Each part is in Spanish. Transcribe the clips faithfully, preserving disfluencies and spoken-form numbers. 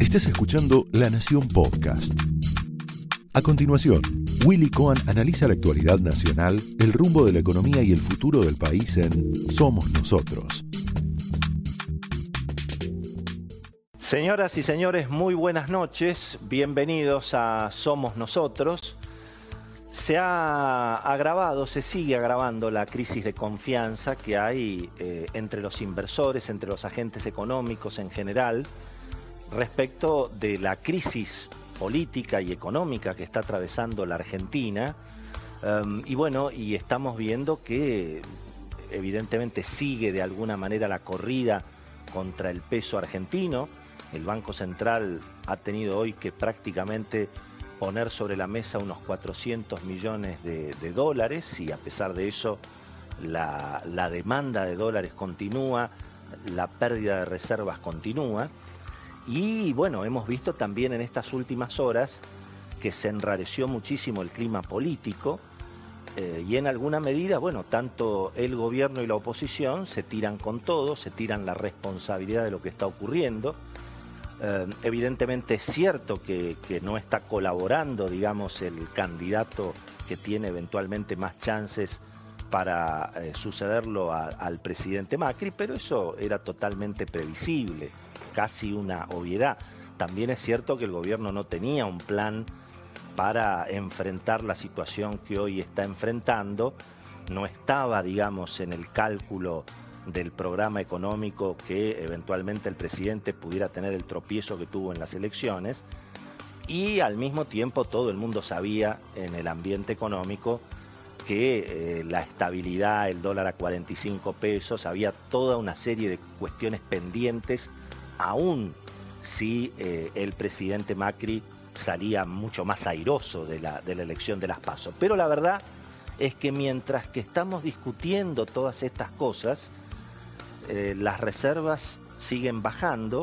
Estás escuchando La Nación Podcast. A continuación, Willy Cohen analiza la actualidad nacional, el rumbo de la economía y el futuro del país en Somos Nosotros. Señoras y señores, muy buenas noches. Bienvenidos a Somos Nosotros. Se ha agravado, se sigue agravando la crisis de confianza que hay eh, entre los inversores, entre los agentes económicos en general, respecto de la crisis política y económica que está atravesando la Argentina. Um, y bueno, y estamos viendo que evidentemente sigue de alguna manera la corrida contra el peso argentino. El Banco Central ha tenido hoy que prácticamente poner sobre la mesa unos cuatrocientos millones de, de dólares y a pesar de eso la, la demanda de dólares continúa, la pérdida de reservas continúa. Y bueno, hemos visto también en estas últimas horas que se enrareció muchísimo el clima político eh, y en alguna medida, bueno, tanto el gobierno y la oposición se tiran con todo, se tiran la responsabilidad de lo que está ocurriendo. Eh, evidentemente es cierto que, que no está colaborando, digamos, el candidato que tiene eventualmente más chances para eh, sucederlo a, al presidente Macri, pero eso era totalmente previsible, casi una obviedad. También es cierto que el gobierno no tenía un plan para enfrentar la situación que hoy está enfrentando, no estaba, digamos, en el cálculo del programa económico que eventualmente el presidente pudiera tener el tropiezo que tuvo en las elecciones, y al mismo tiempo todo el mundo sabía en el ambiente económico que eh, la estabilidad, el dólar a cuarenta y cinco pesos, había toda una serie de cuestiones pendientes, aún si eh, el presidente Macri salía mucho más airoso de la, de la elección de las PASO. Pero la verdad es que mientras que estamos discutiendo todas estas cosas, eh, las reservas siguen bajando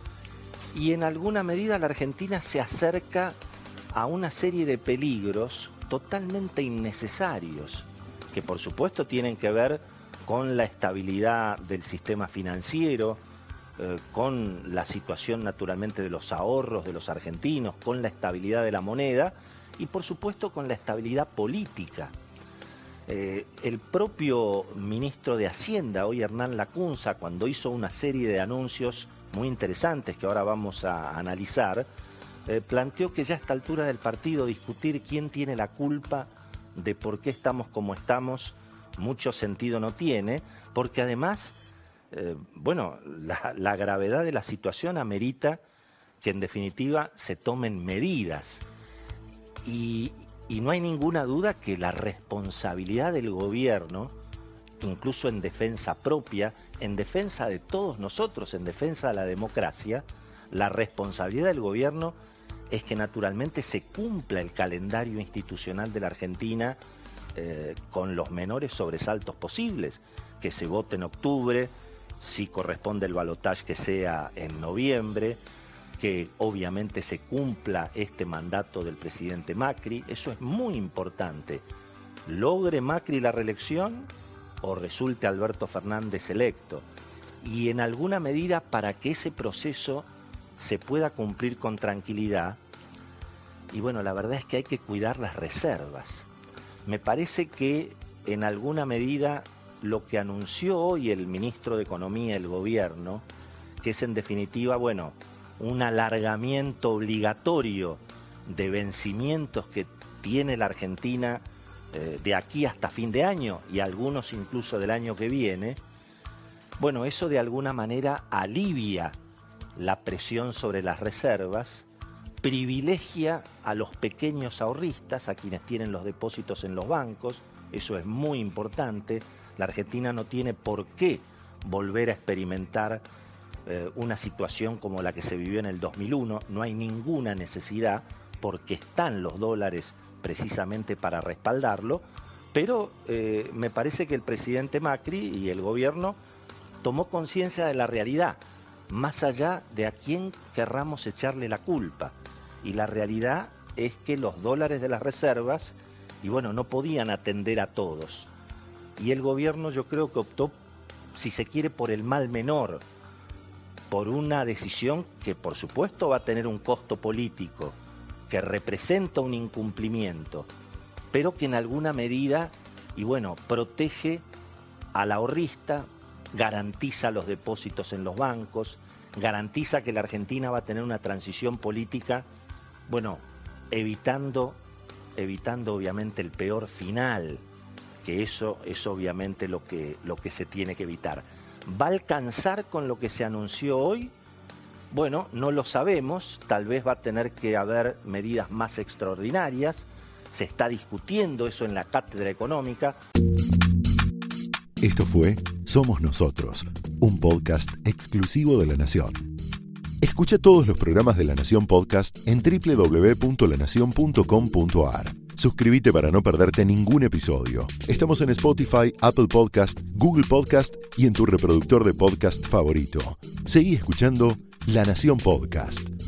y en alguna medida la Argentina se acerca a una serie de peligros totalmente innecesarios, que por supuesto tienen que ver con la estabilidad del sistema financiero, eh, con la situación naturalmente de los ahorros de los argentinos, con la estabilidad de la moneda y por supuesto con la estabilidad política. Eh, el propio ministro de Hacienda, hoy Hernán Lacunza, cuando hizo una serie de anuncios muy interesantes que ahora vamos a analizar, eh, planteó que ya a esta altura del partido discutir quién tiene la culpa de por qué estamos como estamos mucho sentido no tiene, porque además, eh, bueno, la, la gravedad de la situación amerita que en definitiva se tomen medidas. Y, y no hay ninguna duda que la responsabilidad del gobierno, incluso en defensa propia, en defensa de todos nosotros, en defensa de la democracia, la responsabilidad del gobierno es que naturalmente se cumpla el calendario institucional de la Argentina eh, con los menores sobresaltos posibles, que se vote en octubre, si corresponde el balotaje que sea en noviembre, que obviamente se cumpla este mandato del presidente Macri. Eso es muy importante. Logre Macri la reelección o resulte Alberto Fernández electo. Y en alguna medida, para que ese proceso se pueda cumplir con tranquilidad, y bueno, la verdad es que hay que cuidar las reservas. Me parece que en alguna medida lo que anunció hoy el ministro de Economía, el gobierno, que es en definitiva, bueno, un alargamiento obligatorio de vencimientos que tiene la Argentina eh, de aquí hasta fin de año y algunos incluso del año que viene, bueno, eso de alguna manera alivia la presión sobre las reservas, privilegia a los pequeños ahorristas, a quienes tienen los depósitos en los bancos. Eso es muy importante. La Argentina no tiene por qué volver a experimentar eh, una situación como la que se vivió en el dos mil uno. No hay ninguna necesidad porque están los dólares precisamente para respaldarlo. Pero eh, me parece que el presidente Macri y el gobierno tomó conciencia de la realidad, más allá de a quién querramos echarle la culpa. Y la realidad es que los dólares de las reservas, y bueno, no podían atender a todos. Y el gobierno yo creo que optó, si se quiere, por el mal menor. por una decisión que por supuesto va a tener un costo político, que representa un incumplimiento, pero que en alguna medida, y bueno, protege al ahorrista, garantiza los depósitos en los bancos, garantiza que la Argentina va a tener una transición política, bueno, evitando, evitando obviamente el peor final, que eso es obviamente lo que, lo que se tiene que evitar. ¿Va a alcanzar con lo que se anunció hoy? Bueno, no lo sabemos, tal vez va a tener que haber medidas más extraordinarias, se está discutiendo eso en la cátedra económica. Esto fue Somos Nosotros, un podcast exclusivo de La Nación. Escucha todos los programas de La Nación Podcast en doble u doble u doble u punto la nación punto com punto a r. Suscríbete para no perderte ningún episodio. Estamos en Spotify, Apple Podcast, Google Podcast y en tu reproductor de podcast favorito. Seguí escuchando La Nación Podcast.